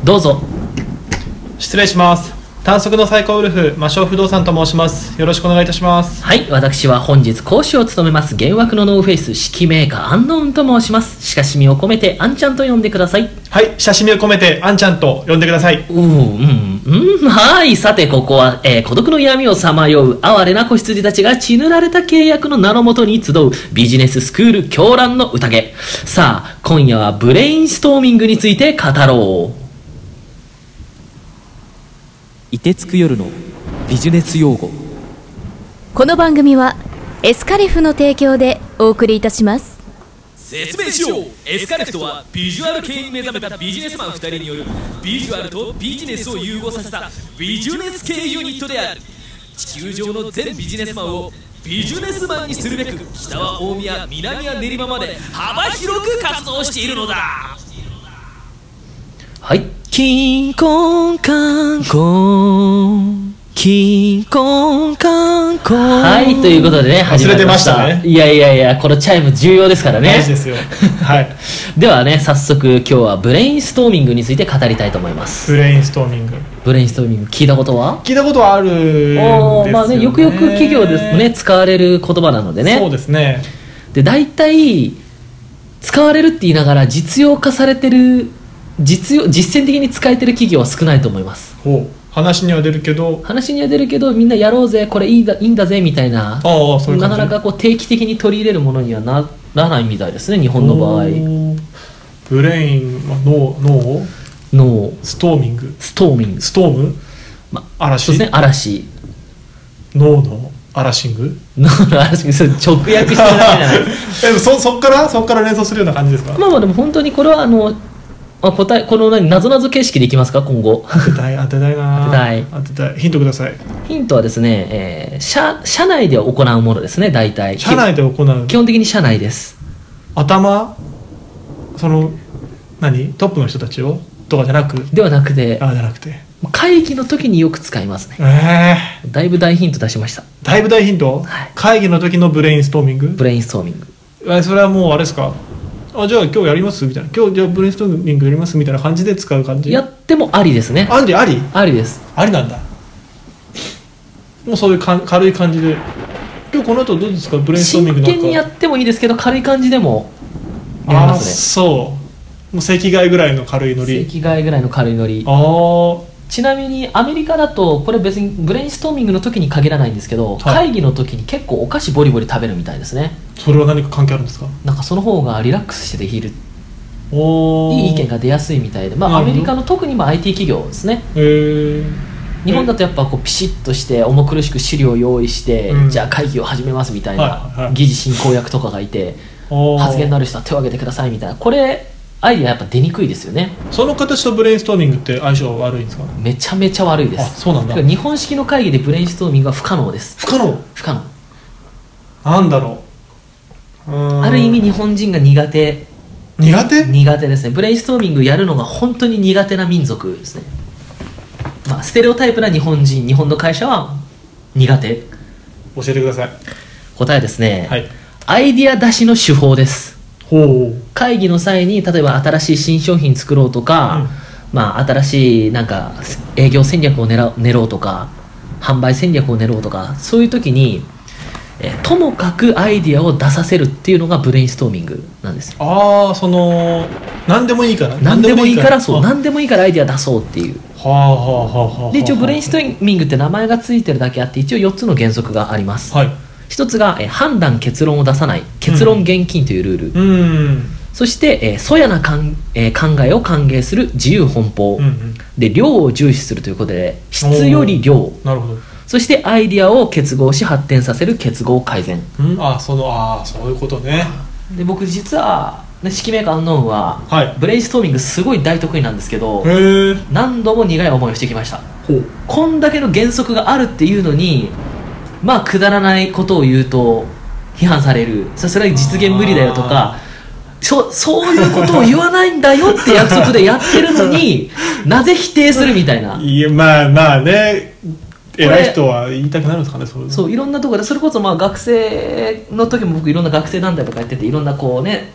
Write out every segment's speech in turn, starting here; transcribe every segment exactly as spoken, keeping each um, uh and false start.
どうぞ。 失礼します。短足の最高ウルフ魔性不動産と申します。よろしくお願いいたします。 はい、私は本日講師を務めます幻惑のノーフェイス指揮メーカーアンノーンと申します。親しみを込めてあんちゃんと呼んでください。 はい、親しみを込めてあんちゃんと呼んでください。 うーん、うん、はい。さてここは、えー、孤独の闇をさまよう哀れな子羊たちが血塗られた契約の名のもとに集うビジネススクール狂乱の宴。さあ今夜はブレインストーミングについて語ろう。 凍てつく夜のビジネス用語。 この番組はエスカレフの提供でお送りいたします。 説明しよう。エスカレフとはビジュアル系に目覚めたビジネスマンふたりによるビジュアルとビジネスを融合させたビジネス系ユニットである。地球上の全ビジネスマンをビジネスマンにするべく北は大宮、南は練馬まで幅広く活動しているのだ。 はい。キンコンカンコンキンコンカンコン。はい、ということでね、始まりました。 忘れてましたね。 いやいやいや、このチャイム重要ですからね。 大事ですよ。はい。 ではね、早速今日はブレインストーミングについて語りたいと思います。 ブレインストーミング。 ブレインストーミング聞いたことは？ 聞いたことはあるんですよね。 まあね、よくよく企業ですね使われる言葉なのでね。 そうですね。 で、大体使われるって言いながら実用化されてる実用実践的に使えてる企業は少ないと思います。 ほう。話には出るけど話には出るけどみんなやろうぜこれいいだいいんだぜみたいな。 ああ、そういう感じ。 なかなかこう定期的に取り入れるものにはならないみたいですね、日本の場合。 ブレインは脳脳脳ストーミングストーミングストーム、ま、嵐。 そうですね、嵐。 脳のアラシング脳の嵐。それ直訳してるだけじゃないえそそっからそっから連想するような感じですか？ まあまあでも本当にこれはあのあ答えこの何謎々形式でいきますか今後。 当てたい当てたいな当てたい当てたい。ヒントください。 ヒントはですね、えー、社, 社内で行うものですね。大体社内で行う。 基本的に社内です。 頭その何トップの人たちをとかじゃなくではなくてあじゃなくて会議の時によく使いますね。 えー、だいぶ大ヒント出しました。 だいぶ大ヒント、 はい、 会議の時のブレインストーミング。 ブレインストーミング。 えそれはもうあれですか？あじゃあ今日やりますみたいな。今日じゃあブレインストーミングやりますみたいな感じで使う感じ。 やってもありですね。 ありありありです。 ありなんだ。もうそういうか軽い感じで今日この後どうですかブレインストーミングなんか。 真剣にやってもいいですけど軽い感じでもやりますね。 あそうもう席替えぐらいの軽いノリ。 席替えぐらいの軽いノリ。 あちなみにアメリカだとこれ別にブレインストーミングの時に限らないんですけど、はい、会議の時に結構お菓子ボリボリ食べるみたいですね。 それは何か関係あるんですか？なんかその方がリラックスしてできる、 おいい意見が出やすいみたいで、まあアメリカの特にまあ アイティー 企業ですね。 へー。 日本だとやっぱこうピシッとして重苦しく資料を用意して、うん、じゃあ会議を始めますみたいな、はいはい、議事進行役とかがいて発言のある人は手を挙げてくださいみたいな。これアイディアやっぱ出にくいですよね。 その形とブレインストーミングって相性悪いんですか？ めちゃめちゃ悪いです。 あ、そうなんだ。 日本式の会議でブレインストーミングは不可能です。 不可能不可能。 なんだろう、うーん、 ある意味日本人が苦手苦手苦手ですね。ブレインストーミングやるのが本当に苦手な民族ですね。まあステレオタイプな日本人、日本の会社は苦手。 教えてください。 答えですね、 はい、 アイディア出しの手法です。 ほう。 会議の際に例えば新しい新商品作ろうとか、うん、まあ、新しいなんか営業戦略を練ろう、練ろうとか販売戦略を練ろうとか、そういう時にえともかくアイディアを出させるっていうのがブレインストーミングなんですよ。 ああ、その何でもいいから何でもいいからそう何でもいいからアイディア出そうっていう。はあはあはあはあ。で一応ブレインストーミングって名前がついてるだけあって一応よっつの原則があります。 はい。 一つがえ判断結論を出さない結論厳禁というルール、うん、そしてえそやなかん、えー、考えを歓迎する自由奔放、うんうん、で量を重視するということで質より量。 なるほど。 そしてアイディアを結合し発展させる結合改善、 うん、あそのあそういうことね。 で僕実は指揮メーカーアンノーンは、 はい、 ブレインストーミングすごい大得意なんですけどへ何度も苦い思いをしてきました。こんだけの原則があるっていうのにまあくだらないことを言うと批判される。それは実現無理だよとかそ, そういうことを言わないんだよって約束でやってるのになぜ否定するみたいな。 いやまあまあね、偉い人は言いたくなるんですかね。そうそういろんなところでそれこそまあ学生の時も僕いろんな学生団体とかやってていろんなこうね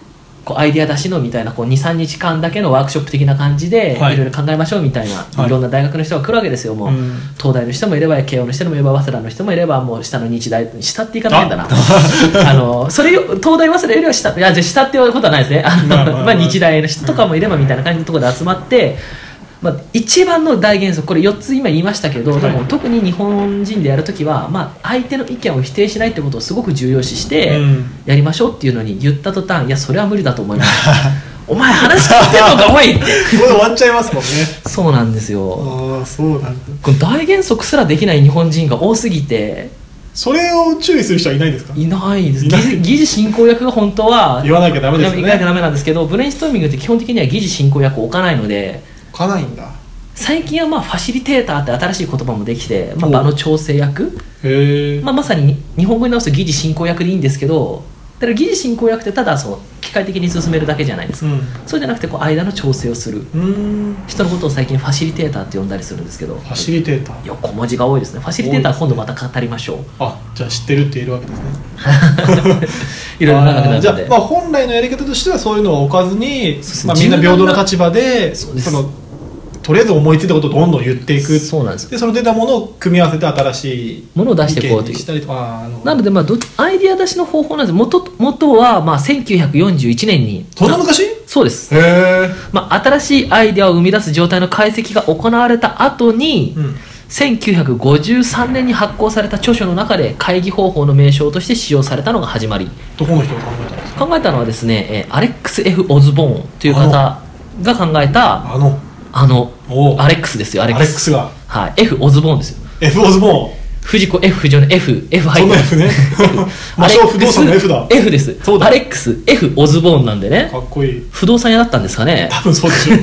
こうアイデア出しのみたいなこう にさんにちかんだけのワークショップ的な感じで、 はいいろいろ考えましょうみたいな、 はいいろんな大学の人が来るわけですよ。もう、 うん、 東大の人もいれば慶応の人もいれば早稲田の人もいればもう下の日大下って言い方変だなあのそれよ東大早稲田よりは下いやじゃあ下っていうことはないですねあの、 まあまあまあまあ、日大の人とかもいればみたいな感じのところで集まって、まあ、一番の大原則これよっつ今言いましたけど、 はいでも特に日本人でやるときは、まあ、相手の意見を否定しないってことをすごく重要視してうんやりましょうっていうのに言った途端いやそれは無理だと思いますお前話聞いてんのかおいってこれ終わっちゃいますもんね。 そうなんですよ。 ああそうなんだ。 この大原則すらできない日本人が多すぎてそれを注意する人はいないんですか？ いないですいない議事議事進行役が本当は言わなきゃダメですよね。 言わなきゃダメなんですけどブレインストーミングって基本的には議事進行役を置かないので置かないんだ。 最近はまあファシリテーターって新しい言葉もできて、まあ、 お場の調整役、 へえ、 まあ、まさに日本語に直すと議事進行役でいいんですけどだから議事進行役ってただそう機械的に進めるだけじゃないですか、 うんそうじゃなくてこう間の調整をするうーん人のことを最近ファシリテーターって呼んだりするんですけどファシリテーター。 横文字が多いですね。ファシリテーターは今度また語りましょう。 あじゃあ知ってるって言えるわけですね。 いろいろ長くなるので。 あーじゃあ、まあ、本来のやり方としてはそういうのを置かずに、 そうまあ、みんな平等な立場でそうですそのとりあえず思いついたことをどんどん言っていく。 そうなんですよ。 でその出たものを組み合わせて新しいものを出していこうという意見にしたりとか。あーなるほどなので、まあ、どアイディア出しの方法なんです元元は、まあ、せんきゅうひゃくよんじゅういちねんにそんな昔？ そうです、 へえ、 まあ、新しいアイデアを生み出す状態の解析が行われた後に、 うん、 せんきゅうひゃくごじゅうさんねんに発行された著書の中で会議方法の名称として使用されたのが始まりどこの人が考えたんですか？ 考えたのはですね、えーアレックス・ F ・オズボーンという方が考えたあのあのおアレックスですよアレアックスレックスがはい、F ・オズボーンですよ F オズボーン。 藤子 F 不条の F F 入ってそんな F ね魔性不動産の F だ。 F ですそうだアレックス F オズボーンなんでねかっこいい。 不動産屋だったんですかね多分そうでしょ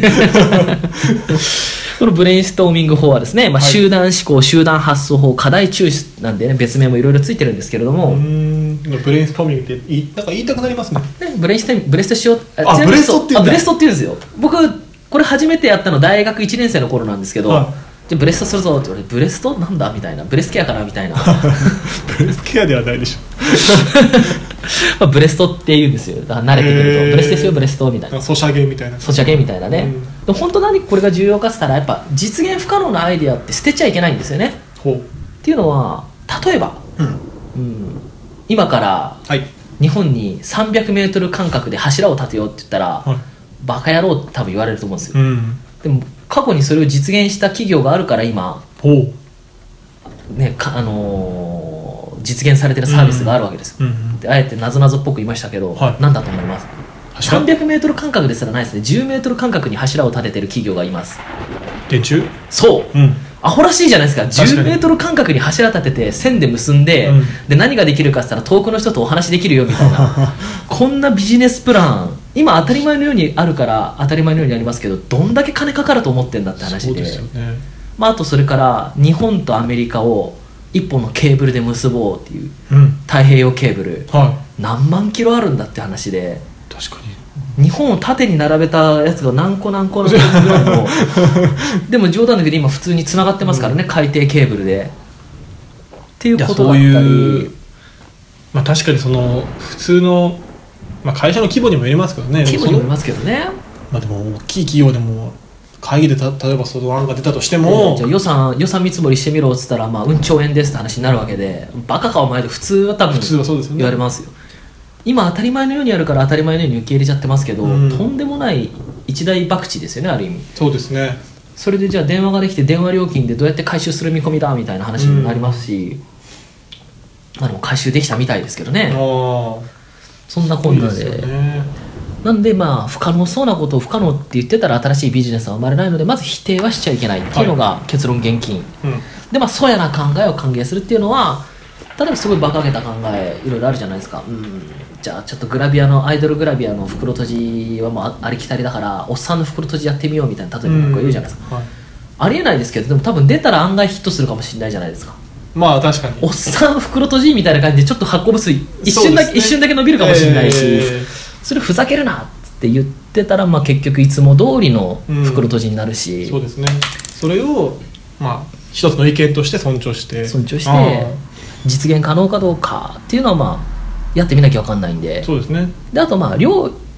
このブレインストーミング法はですね、まあ、 はい集団思考集団発想法課題抽出なんでね別名もいろいろついてるんですけれども、 うーんブレインストーミングって言いなんか言いたくなりますね。 ねブレインストブレストしようあちなみにブレストって言うんだあブレストって言うんですよ僕これ初めてやったの大学いちねん生の頃なんですけど、 はいじゃあブレストするぞって言われてブレストなんだみたいなブレスケアかなみたいなブレスケアではないでしょ。 まあブレストって言うんですよだから慣れてくると、 へーブレスですよブレストみたいなソシャゲみたいな。 ソシャゲみたいなね、 うんでも本当何これが重要かっつったらやっぱ実現不可能なアイデアって捨てちゃいけないんですよねほう。 っていうのは例えば、 うん。 うん、今からはい。 日本にさんびゃくメートル間隔で柱を建てようって言ったら、 はい。 バカ野郎って多分言われると思うんですよ、 うん。 でも過去にそれを実現した企業があるから今、 ほう。 ねかあのー実現されてるサービスがあるわけですよ、 うん。 であえてなぞなぞっぽく言いましたけど、 はい何だと思います柱さんびゃくメートル間隔ですらないですねじゅうメートル間隔に柱を立ててる企業がいます。 電柱？ そううん。 アホらしいじゃないですか確かにじゅうメートル間隔に柱立てて線で結んで、 うんで何ができるかって言ったら遠くの人とお話できるよみたいなこんなビジネスプラン今当たり前のようにあるから当たり前のようにありますけどどんだけ金かかると思ってんだって話でそうですよね。 まあ、あとそれから日本とアメリカを一本のケーブルで結ぼうっていううん。 太平洋ケーブルは何万キロあるんだって話でい。確かに。 日本を縦に並べたやつが何個何個のぐらいのでも冗談だけど今普通に繋がってますからね、海底ケーブルでっていうことだったりいやそういうまあ確かにその普通の、まあ、会社の規模にもよりますけどね。 規模にもよりそのますけどねまあでも大きい企業でも会議でた例えばその案が出たとしても、 じゃあ予算予算見積もりしてみろっつったら、まあ、うん兆円ですって話になるわけでバカかお前で普通は多分普通はそうですよね言われますよ今当たり前のようにやるから当たり前のように受け入れちゃってますけど、 うんとんでもない一大博打ですよねある意味そうですね。 それでじゃあ電話ができて電話料金でどうやって回収する見込みだみたいな話になりますし、まあでも回収できたみたいですけどねああそんなこんなでいいですよね。 なんでまあ不可能そうなことを不可能って言ってたら新しいビジネスは生まれないのでまず否定はしちゃいけないっていうのが結論現金、 うん。 でまあそうやな考えを歓迎するっていうのは例えばすごい馬鹿げた考えいろいろあるじゃないですか、うん、じゃあちょっとグラビアのアイドルグラビアの袋閉じはもう あ, ありきたりだからおっさんの袋閉じやってみようみたいな例えば僕は言うじゃないですか、 はい。 ありえないですけどでも多分出たら案外ヒットするかもしれないじゃないですかまあ確かに。 おっさん袋閉じみたいな感じでちょっと発行部数一瞬だけ、 そうですね一瞬だけ伸びるかもしれないし、 えそれふざけるなって言ってたら、まあ、結局いつも通りの袋閉じになるし、 ーそうですね。それをまあ一つの意見として尊重して尊重してあ実現可能かどうかっていうのはまあやってみなきゃ分かんないんでーそうですね。 であとまあ量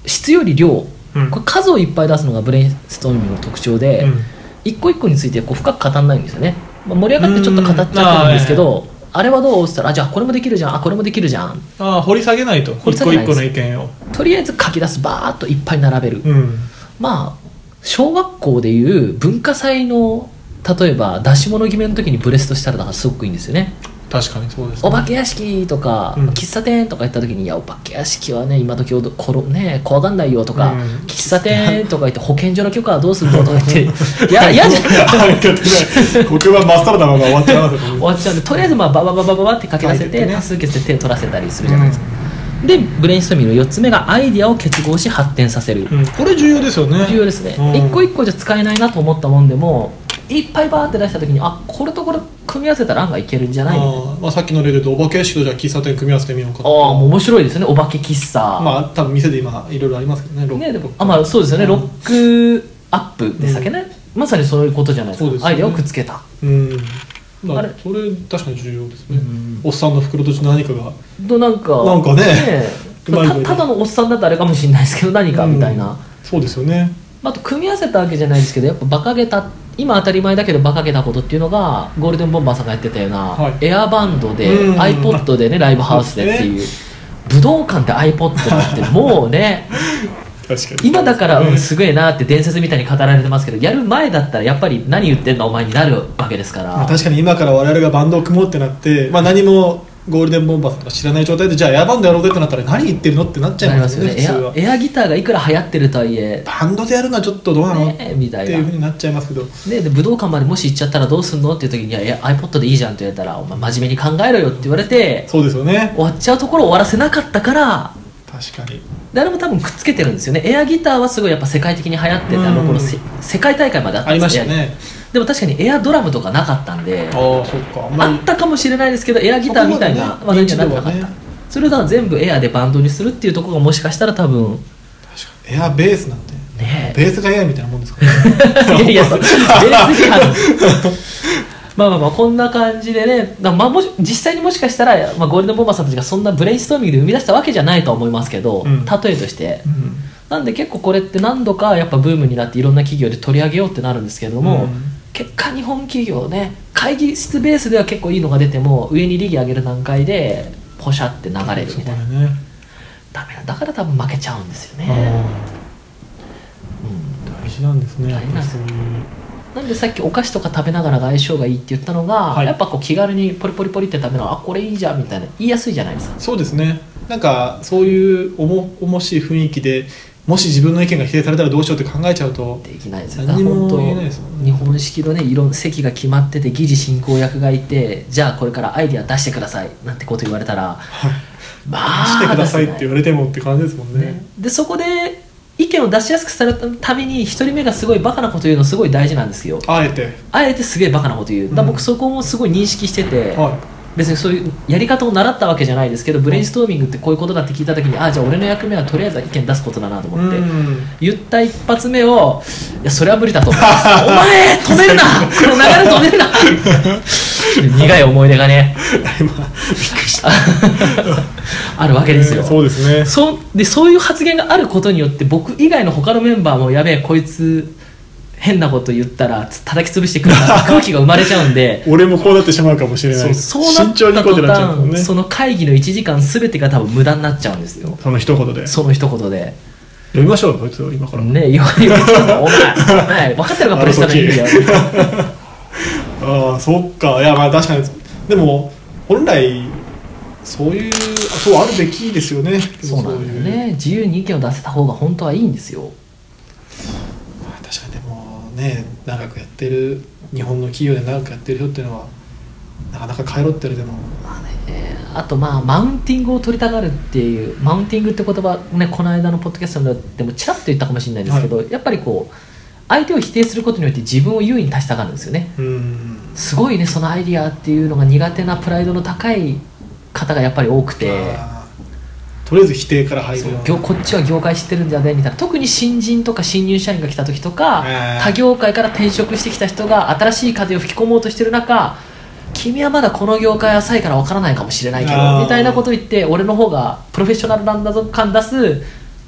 質より量、 うん、 これ数をいっぱい出すのがブレインストーミングの特徴で、うん、一個一個についてこう深く語らないんですよね、まあ、盛り上がってちょっと語っちゃってるんですけど、あ, あれはどうって言ったら、あじゃあこれもできるじゃん、あこれもできるじゃん、 あ掘り下げないと、一個一個の意見をとりあえず書き出す、バーッといっぱい並べる、 うん、 まあ小学校でいう文化祭の例えば出し物決めの時にブレストしたらだからすごくいいんですよね。 確かにそうです、ね、 お化け屋敷とか、うん、喫茶店とか行った時に、いやお化け屋敷はね今時ころ、ね、怖がんないよとか、うん、喫茶店とか言って保健所の許可はどうするのとか言っていや嫌じゃない黒板真っさらなまま終わっちゃう終わっちゃうんで、とりあえずまあババババババって書き出せて、ね、多数決で手を取らせたりするじゃないですか、うん、でブレインストーミングのよっつめがアイディアを結合し発展させる、うん、 これ重要ですよね。 重要ですね、うん、一個一個じゃ使えないなと思ったもんでもいっぱいバーって出した時に、あこれとこれ組み合わせたら案外いけるんじゃない、 あ、まあ、さっきの例で言うとお化け屋敷とじゃあ喫茶店組み合わせてみようかとか、 ああもう面白いですね、お化け喫茶、 まあ多分店で今いろいろありますけどね、ロックねでもあ、まあ、そうですよね、うん、ロックアップでしたっけね、うん、まさにそういうことじゃないですか、ですね、アイデアをくっつけた、 うん、だあれそれ確かに重要ですね、うん、おっさんの袋とじ何かがとなんかなんかね、 ねた, ただのおっさんだったらあれかもしれないですけど何かみたいな、うん、 そうですよね。 あと組み合わせたわけじゃないですけど、やっぱ馬鹿げた今当たり前だけど馬鹿げたことっていうのがゴールデンボンバーさんがやってたような、はい、エアバンドで iPod でねライブハウスでっていう、ね、武道館で iPod ってもうね確かに今だから、うん、すごいなって伝説みたいに語られてますけど、やる前だったらやっぱり何言ってんのお前になるわけですから、 まあ、確かに今から我々がバンドを組もうってなって、まあ、何もゴールデンボンバーさんとか知らない状態でじゃあエアバンドやろうぜってなったら何言ってるのってなっちゃいますよね。 エア、エアギターがいくら流行ってるとはいえバンドでやるのはちょっとどうなの、 ね、みたいなっていう風になっちゃいますけど、 ね、で武道館までもし行っちゃったらどうすんのっていう時に、いや iPod でいいじゃんって言われたらお前真面目に考えろよって言われて、 そうですよね、 終わっちゃうところを終わらせなかったから、 確かに誰も多分くっつけてるんですよね。エアギターはすごいやっぱ世界的に流行ってて、あのこの世界大会まであったんですよ、 ありましたね。 でも確かにエアドラムとかなかったんで、 ああそっか、まあ、 あったかもしれないですけどエアギターみたいな話題にはなってなかった、ね、それをだから全部エアでバンドにするっていうところがもしかしたら多分確かにエアベースなんて、ね、ベースがエアみたいなもんですかねいやいやそうベース批判まあまあまあこんな感じでね、まあ、もし実際にもしかしたら、まあ、ゴールデンボンバーさんたちがそんなブレインストーミングで生み出したわけじゃないとは思いますけど、うん、例えとして、うん、なんで結構これって何度かやっぱブームになっていろんな企業で取り上げようってなるんですけれども、うん、結果日本企業ね会議室ベースでは結構いいのが出ても上に利益上げる段階でポシャって流れるみたいな、ね、ダメだだから多分負けちゃうんですよね、 うん、大事なんですね。 大事なんですよ。なんでさっきお菓子とか食べながらが相性がいいって言ったのが、はい、やっぱこう気軽にポリポリポリって食べるのあこれいいじゃんみたいな言いやすいじゃないですか。 そうですね。なんかそういうおも重しい雰囲気でもし自分の意見が否定されたらどうしようって考えちゃうとできないですよね。本当日本式のねいろんな席が決まってて議事進行役がいて、じゃあこれからアイディア出してくださいなんてこと言われたら、はい、 まあ出してくださいって言われてもって感じですもんね。ねでそこで意見を出しやすくされるために一人目がすごいバカなこと言うのすごい大事なんですよ。 あえてあえてすげえバカなこと言う、うん、だ僕そこもすごい認識してて、はい、別にそういうやり方を習ったわけじゃないですけど、ブレインストーミングってこういうことだって聞いた時に、あじゃあ俺の役目はとりあえずは意見出すことだなと思って、うん、言った一発目をいやそれは無理だと思うお前止めるなこの流れ止めるな苦い思い出がね今びっくりしたあるわけですよ、 えー、そうですね。 そでそういう発言があることによって僕以外の他のメンバーもやべえこいつ変なこと言ったら叩き潰してくるな空気が生まれちゃうんで俺もこうなってしまうかもしれない。 そう、そうなった途端、ね、その会議のいちじかん全てが多分無駄になっちゃうんですよ。 その一言でその一言で読みましょうこいつを今からねえ、読みましょうお前、お前分かってるかプレスタの意味だよああそっか。いやまあ確かにでも本来そういうそうあるべきですよね。 そうなんだよね。自由に意見を出せた方が本当はいいんですよ。 確かにでもね長くやってる日本の企業で長くやってる人っていうのはなかなか帰ろってるでも、 まあね、あとまあマウンティングを取りたがるっていうマウンティングって言葉ねこの間のポッドキャストでもちらっと言ったかもしれないですけど、はい、やっぱりこう相手を否定することによって自分を優位に立ちたがるんですよね。うんすごいねそのアイディアっていうのが苦手なプライドの高い方がやっぱり多くて、 とりあえず否定から入るようこっちは業界知ってるんじゃねみたいな。特に新人とか新入社員が来た時とか他業界から転職してきた人が新しい風を吹き込もうとしてる中、君はまだこの業界浅いからわからないかもしれないけどみたいなこと言って俺の方がプロフェッショナルなんだぞ感出す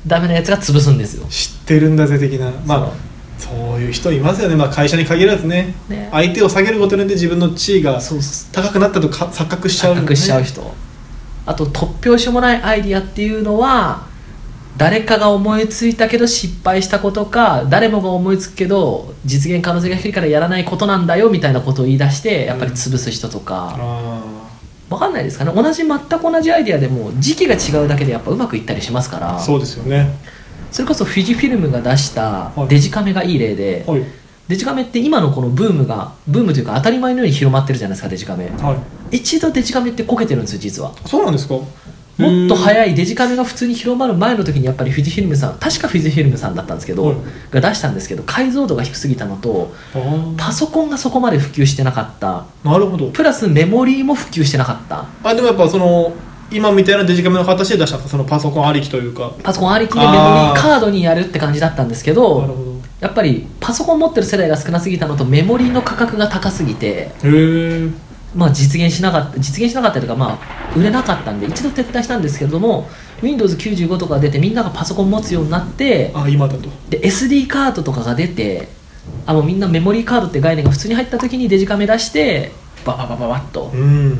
ダメなやつが潰すんですよ。 知ってるんだぜ的な、まあそういう人いますよね、まあ、会社に限らず ね, ね相手を下げることによって自分の地位が高くなったとか錯覚しちゃう、ね、 錯覚しちゃう人。あと突拍子もないアイディアっていうのは誰かが思いついたけど失敗したことか、誰もが思いつくけど実現可能性が低いからやらないことなんだよみたいなことを言い出してやっぱり潰す人とか、うん、分かんないですかね。同じ全く同じアイディアでも時期が違うだけでやっぱうまくいったりしますから。 そうですよね。 それこそ富士フィルムが出したデジカメがいい例で、はい、デジカメって今のこのブームがブームというか当たり前のように広まってるじゃないですかデジカメ、はい、一度デジカメってこけてるんですよ実は。 そうなんですか。 もっと早いデジカメが普通に広まる前の時にやっぱり富士フィルムさん、確か富士フィルムさんだったんですけど、はい、が出したんですけど解像度が低すぎたのとパソコンがそこまで普及してなかった。 なるほど。 プラスメモリーも普及してなかった。 あでもやっぱその今みたいなデジカメの形で出したそのパソコンありきというかパソコンありきでメモリーカードにやるって感じだったんですけど、なるほど。やっぱりパソコン持ってる世代が少なすぎたのとメモリーの価格が高すぎて、 へー、 まあ、実現しなかった実現しなかったというか、まあ、売れなかったんで一度撤退したんですけれども ウィンドウズきゅうじゅうご とか出てみんながパソコン持つようになって、 あ今だとで エスディー カードとかが出て、あもうみんなメモリーカードって概念が普通に入った時にデジカメ出してバババババッと、うん、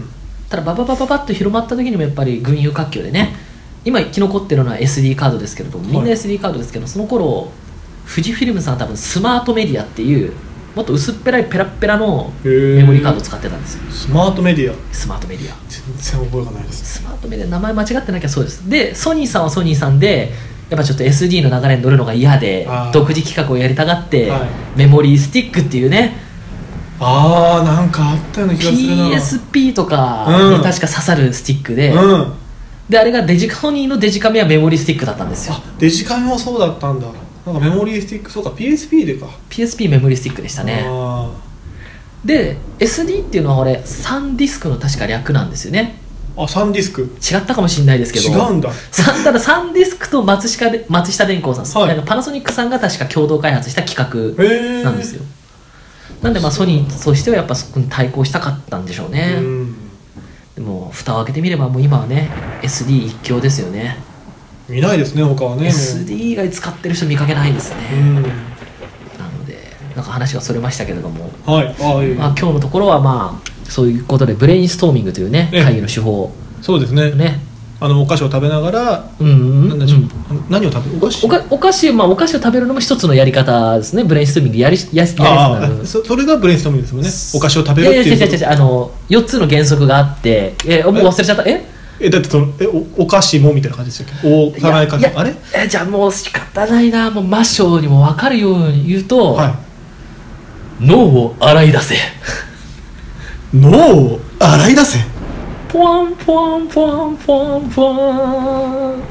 ただバババババッと広まった時にもやっぱり群雄割拠でね、今生き残ってるのは エスディー カードですけれどもみんな エスディー カードですけど、その頃富士フィルムさんは多分スマートメディアっていうもっと薄っぺらいペラッペラのメモリーカードを使ってたんですよ。 スマートメディアスマートメディア全然覚えがないです。 スマートメディア名前間違ってなきゃそうです。でソニーさんはソニーさんでやっぱちょっと エスディー の流れに乗るのが嫌で独自企画をやりたがって、はい、メモリースティックっていうね、 あーなんかあったような気がするな。 ピーエスピー とかに確か刺さるスティックで、うん、であれがデジソニーのデジカメはメモリースティックだったんですよ。 あデジカメもそうだったんだ。なんかメモリースティック、そうか ピーエスピー でかピーエスピー メモリースティックでしたね。で エスディー っていうのは俺サンディスクの確か略なんですよね。 あサンディスク違ったかもしれないですけど、 違うんだ。 ただサンディスクと松下で松下電工さん、はい、なんかパナソニックさんが確か共同開発した企画なんですよ。なんでまあソニーとしてはやっぱそこに対抗したかったんでしょうね。うんでも蓋を開けてみればもう今はね エスディー 一強ですよね。 見ないですね他はね。 エスディー 以外使ってる人見かけないですね。うんなのでなんか話がそれましたけれども、はいあいいまあ、今日のところはまあそういうことでブレインストーミングというね会議の手法、 そうですねねあのお菓子を食べながら、うんうんうん、何を食べるお菓子 お, かお菓子、まあ、お菓子を食べるのも一つのやり方ですね。ブレインストーミングやりややりやりそ, それがブレインストーミングですもんね。お菓子を食べるっていう。いやいやいやあのよっつの原則があって、えもう忘れちゃった。ええだってそのえ お, お菓子もみたいな感じですよ。おさないかけあれえじゃあもう仕方ないな。もう魔性にも分かるように言うと、はい、脳を洗い出せ脳を洗い出せポワンポワンポワンポワンポワン。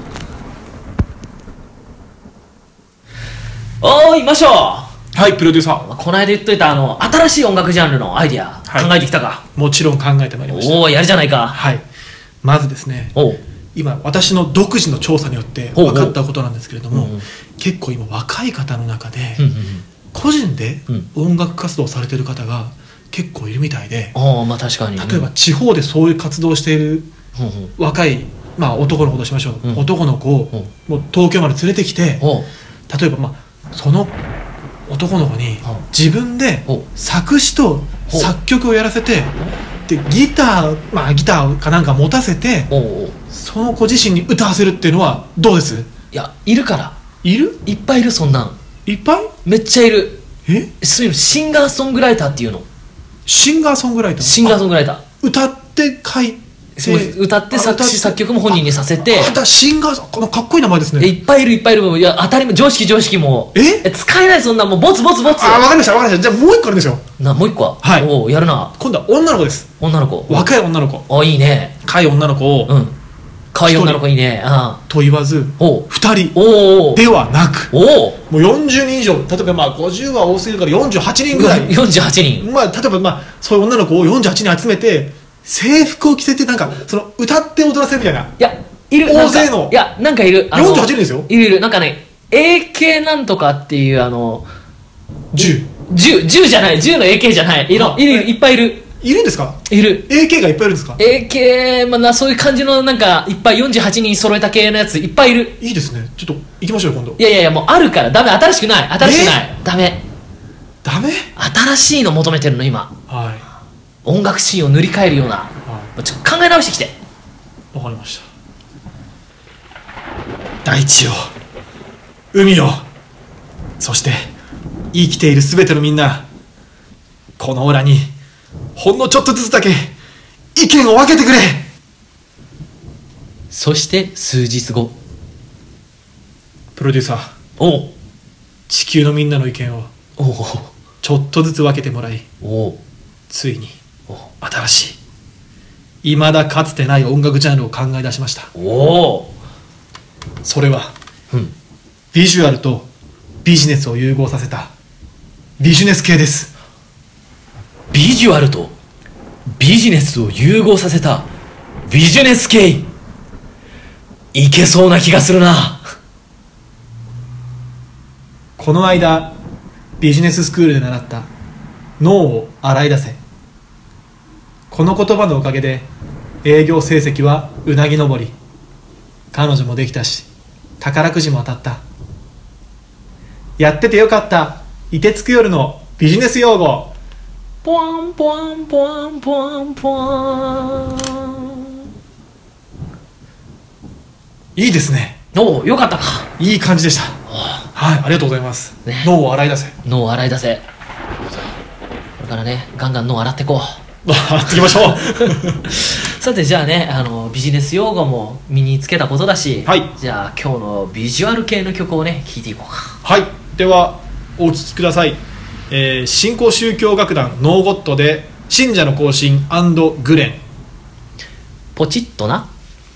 おーいましょう。 はいプロデューサー。 この間言っといたあの新しい音楽ジャンルのアイディア、はい、考えてきたか。 もちろん考えてまいりました。 おおやるじゃないか。 はいまずですね今私の独自の調査によって分かったことなんですけれども、結構今若い方の中で個人で音楽活動されてる方が結構いるみたいで、 あ、まあ、確かに例えば地方でそういう活動をしている若い、まあ、男の子としましょう、うん、男の子をもう東京まで連れてきて、例えば、まあ、その男の子に自分で作詞と作曲をやらせて、でギター、まあ、ギターかなんか持たせてその子自身に歌わせるっていうのはどうです？ いやいるから。 いる？ いっぱいいる。そんなんいっぱいめっちゃいる。 えそういうのシンガーソングライターっていうの。 シンガーソングライター。 シンガーソングライター歌って書いて歌って作詞作曲も本人にさせて。 あだシンガーこのかっこいい名前ですね。 いっぱいいるいっぱいいる。いや当たり前常識常識もえ使えない。そんなもうボツボツボツ。 あ分かりました分かりました。じゃあもう一個あるんですよ。 なもう一個ははいおやるな。 今度は女の子です。 女の子若い女の子。 あいいね。 若い女の子をうん可愛い女の子いいね。あと言わずふたりおではなくおもうよんじゅうにん以上。例えばまあごじゅうは多すぎるからよんじゅうはちにんぐらい。 よんじゅうはちにん。 まあ例えばまあそういう女の子をよんじゅうはちにん集めて制服を着せてなんかその歌って踊らせるみたいな。いやいる大勢の。 いやなんかいる。 よんじゅうはちにんですよ。 いるいる。なんかね エーケー なんとかっていうあのじゅうじゅう じゅうじゃない。じゅうの エーケー じゃない。いるいるいっぱいいる。 いるんですか？ いる。 エーケー がいっぱいいるんですか？ エーケー、まあ、なそういう感じのなんかいっぱいよんじゅうはちにん揃えた系のやついっぱいいる。 いいですね。ちょっと行きましょうよ今度。 いやいやいや、もうあるからダメ。新しくない新しくない、ダメ。 ダメ？ 新しいの求めてるの今。 はい。 音楽シーンを塗り替えるような、 はちょっと考え直してきて。 い。わかりました。大地よ、海よ、そして生きているすべてのみんな、このオラにほんのちょっとずつだけ意見を分けてくれ。 そして数日後。 プロデューサー、 おう地球のみんなの意見をおうちょっとずつ分けてもらい、 おうついにおう新しい、未だかつてない音楽ジャンルを考え出しました。 おうそれはうんビジュアルとビジネスを融合させたビジネス系です。 ビジュアルとビジネスを融合させたビジネス系、いけそうな気がするな。 この間ビジネススクールで習った脳を洗い出せ、この言葉のおかげで営業成績はうなぎ登り、彼女もできたし宝くじも当たった。やっててよかった、いてつく夜のビジネス用語。 ポワンポワンポワンポワンポワン。 いいですね。 おお、よかったか。 いい感じでした。はい、ありがとうございます、 ね、 脳を洗い出せ。 脳を洗い出せ。これからねガンガン脳を洗っていこう。 洗っていきましょう。 さてじゃあね、あのビジネス用語も身につけたことだし、 はい、 じゃあ今日のビジュアル系の曲をね聴いていこうか。 はい、ではお聴きください。えー、新興宗教楽団ノーゴットで信者の行進&グレン。 ポチッとな。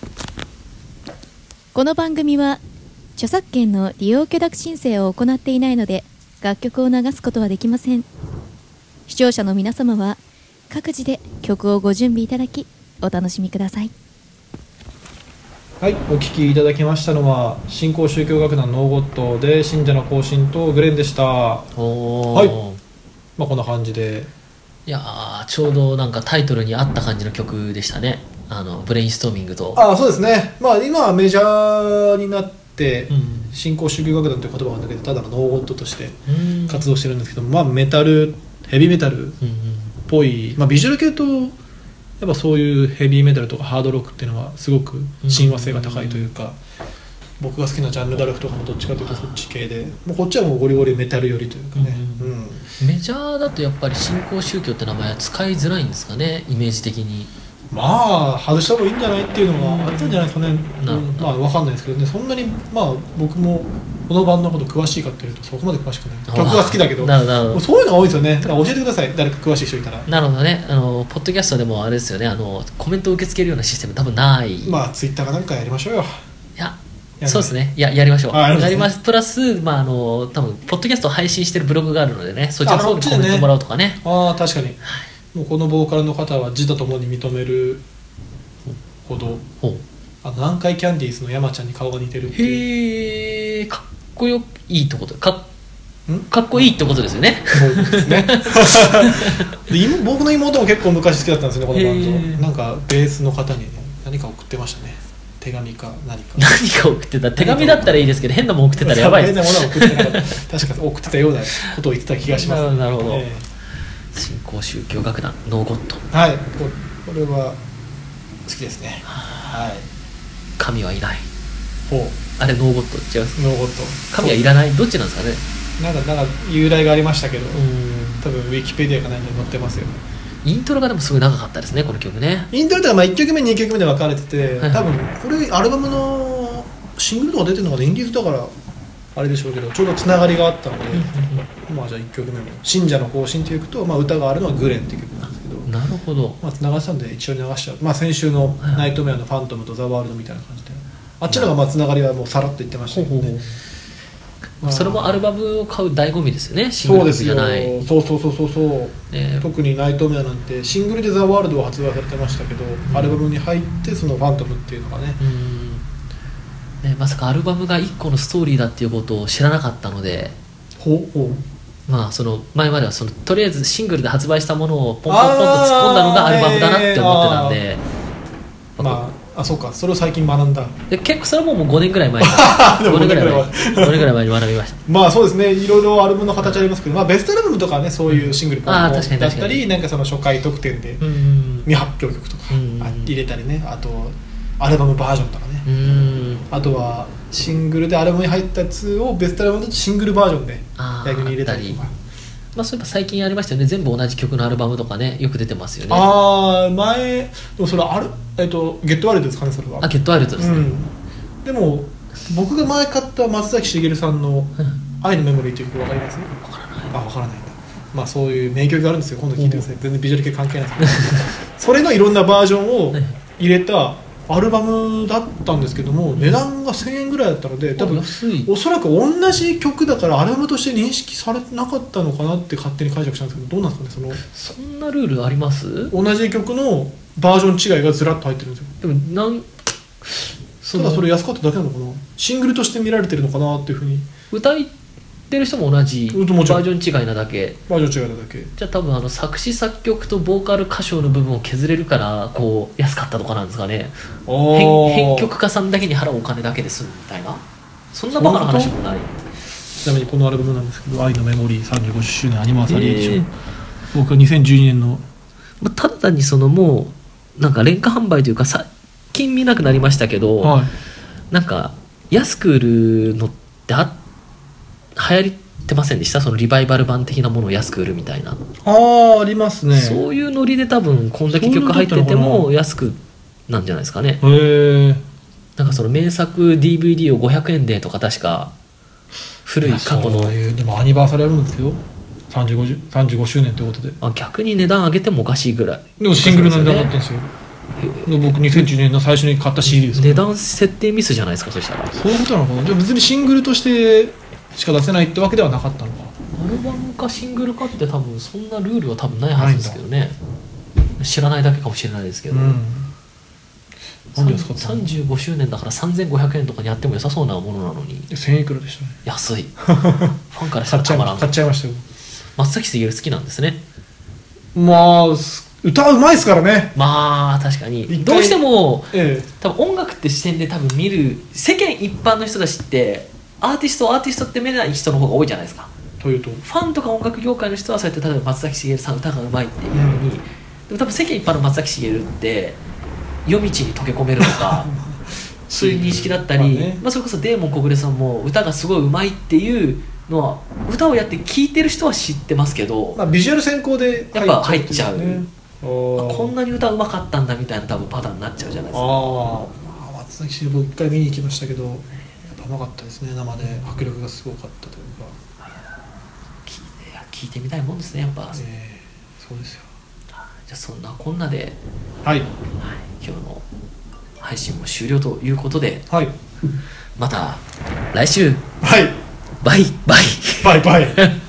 この番組は著作権の利用許諾申請を行っていないので楽曲を流すことはできません。視聴者の皆様は各自で曲をご準備いただきお楽しみください。 はい、お聴きいただきましたのは新興宗教楽団ノーゴットで信者の行進とグレンでした。 おはい、まあ、こんな感じで、 いやーちょうどなんかタイトルに合った感じの曲でしたね。あのブレインストーミングと。 ああそうですね、まあ、今はメジャーになって、 うん、 新興宗教楽団という言葉が抜けてただのノーゴットとしてうん活動してるんですけど、まあ、メタルヘビーメタルっうんうんぽい、まあ、ビジュアル系とやっぱそういうヘビーメタルとかハードロックっていうのはすごく親和性が高いというか、僕が好きなジャンルダルクとかもどっちかというとそっち系で、もうこっちはもうゴリゴリメタル寄りというかね、 うんうんメジャーだとやっぱり新興宗教って名前は使いづらいんですかね、イメージ的に。 まあ外した方がいいんじゃないっていうのがあったんじゃないですかね、 なるほど、 まあ分かんないですけどね、そんなにまあ僕もこのバンドのこと詳しいかっていうとそこまで詳しくない、曲が好きだけど、 なるほどなるほど、 そういうのが多いですよね。だから教えてください、誰か詳しい人いたら。 なるほどね。あのポッドキャストでもあれですよね、あのコメントを受け付けるようなシステム多分ない。 まあツイッターかなんかやりましょうよ。 いややそうですね、いややりましょう。 あやるんですねやりますプラス、まあ、あの多分ポッドキャストを配信してるブログがあるのでね、そちらの方にコメントもらうとかね。 ああ確かに、もうこのボーカルの方は自他ともに認めるほど、 ほうあの南海キャンディーズの山ちゃんに顔が似てるっていう。 へえ、かっこよいいってことかんかっこいいってことですよね。 そうですね。で妹僕の妹も結構昔好きだったんですよね、このバンへード。なんかベースの方にね何か送ってましたね、手紙か何か。 何か送ってた、手紙だったらいいですけど変なもん送ってたらやばい変なです。 ものは送ってなかった確か送ってたようなことを言ってた気がします。 なるほどなるほどえ新興宗教楽団ノーゴット、 えはい、ここれは好きですね。はい。 神はいない。 ほう、 あれノーゴット違います。 ノーゴット。 神はいらない、どっちなんですかね。 なんかなんか由来がありましたけど、 うん多分ウィキペディアか何かに載ってますよね。 イントロがでもすごい長かったですね、この曲ね。 イントロってのはまあいっきょくめにきょくめで分かれてて、 はい多分これアルバムのシングルとか出てるのがインディーズだからあれでしょうけど、ちょうどつながりがあったので、まあじゃあいっきょくめも信者の行進という曲と、まあ、歌があるのはグレンっていう曲なんですけど、 なるほど。 まあ、つながってたんで一緒に流しちゃう、まあ、先週の「ナイトメアのファントム」と「ザ・ワールド」みたいな感じで、あっちの方がまあつながりはもうさらっと言ってましたけどね。まあそれもアルバムを買う醍醐味ですよね、シングル曲そうですよ、 じゃない。 そうそうそうそうそう、 ね特に「ナイトメア」なんてシングルで「ザ・ワールド」を発売されてましたけど、アルバムに入ってその「ファントム」っていうのがね、 うんね、まさかアルバムがいっこのストーリーだっていうことを知らなかったので、 ほうほまあその前まではそのとりあえずシングルで発売したものをポンポンポンと突っ込んだのがアルバムだなって思ってたんで、 まああそうか、それを最近学んだ。 で結構それももうごねんぐらい前にごねんぐらい前ごねんぐらい前に学びました。 まあそうですね、いろいろアルバムの形ありますけど、まあ、ベストアルバムとかね、そういうシングルポンポンだったり、なんかその初回特典で未発表曲とか入れたりね、あとアルバムバージョンとかね、うん、あとはシングルでアルバムに入ったやつをベストアルバムだとシングルバージョンで逆に入れたりとか。 まあ、そういえば最近ありましたよね、全部同じ曲のアルバムとかね、よく出てますよね。 ああ、前でもそれある、えっとゲットワイルドですかね、それは。 あ、ゲットワイルドですね、うん、 でも僕が前買った松崎しげるさんの「愛のメモリー」という曲分かります？ 分からない。 あ、分からないんだ。まあそういう名曲があるんですよ、今度聴いてください。全然ビジュアル系関係ないですけどそれのいろんなバージョンを入れたアルバムだったんですけども、値段がせんえんぐらいだったので、多分おそらく同じ曲だからアルバムとして認識されてなかったのかなって勝手に解釈したんですけど、どうなんですかね、 そのそんなルールあります？ 同じ曲のバージョン違いがずらっと入ってるんですよ。でもなんただそれ安かっただけなのかな、シングルとして見られてるのかなっていうふうに。 歌ってる人も同じバージョン違いなだけ。 バージョン違いなだけ。 じゃあ多分あの作詞作曲とボーカル歌唱の部分を削れるからこう安かったとかなんですかね。編, 編曲家さんだけに払うお金だけで済むみたいな、そんなバカな話もない。 ちなみにこのアルバムなんですけど、愛のメモリーさんじゅうごしゅうねんアニバーサリーエディション、僕はにせんじゅうにねんのただ単にそのもうなんか廉価販売というか最近見なくなりましたけど、はい、なんか安く売るのってあ流行ってませんでした？そのリバイバル版的なものを安く売るみたいな。 ああ、ありますね。 そういうノリで多分こんだけ曲入ってても安くなんじゃないですかね。 へえ。 なんかその名作 ディーブイディー をごひゃくえんでとか確か古い過去の。 でもアニバーサリーあるんですよ、さんじゅうごしゅうねんということで。 あ、逆に値段上げてもおかしいぐらい。 でもシングルの値段だったんですよ。僕にせんじゅうねんの最初に買った シーディー ですから、 値段設定ミスじゃないですか、そしたら。 そういうことなのかな。じゃあ別にシングルとしてしか出せないってわけではなかったのか。 アルバムかシングルかって多分そんなルールは多分ないはずですけどね。知らないだけかもしれないですけど、うん、さんじゅうごしゅうねんだからさんぜんごひゃくえんとかにやっても良さそうなものなのにせんいくらでしたね。 安いファンからしたらたまらん。 買っちゃいましたよ。 松崎しげる好きなんですね。 まあ歌うまいですからね。 まあ確かにどうしても、 ええ、 多分音楽って視点で多分見る世間一般の人たちってアーティストアーティストって見れない人の方が多いじゃないですか。 というとファンとか音楽業界の人はそうやって例えば松崎しげるさん歌がうまいっていうのに、うん、でも多分世間一般の松崎しげるって夜道に溶け込めるとかそういう認識だったり、まあね、まあ、それこそデーモン小暮さんも歌がすごいうまいっていうのは歌をやって聴いてる人は知ってますけど、 まあ、ビジュアル先行でやっぱ入っちゃう、ね、 こんなに歌うまかったんだみたいな多分パターンになっちゃうじゃないですか。 ああ、松崎しげる僕一回見に行きましたけどやっぱうまかったですね。生で迫力がすごかったというか、 聞いてみたいもんですねやっぱ、えー、 そうですよ。 じゃあそんなこんなで、 はい、はい、 今日の配信も終了ということで、 はい、 また来週、 はい、 バイバイバイバイ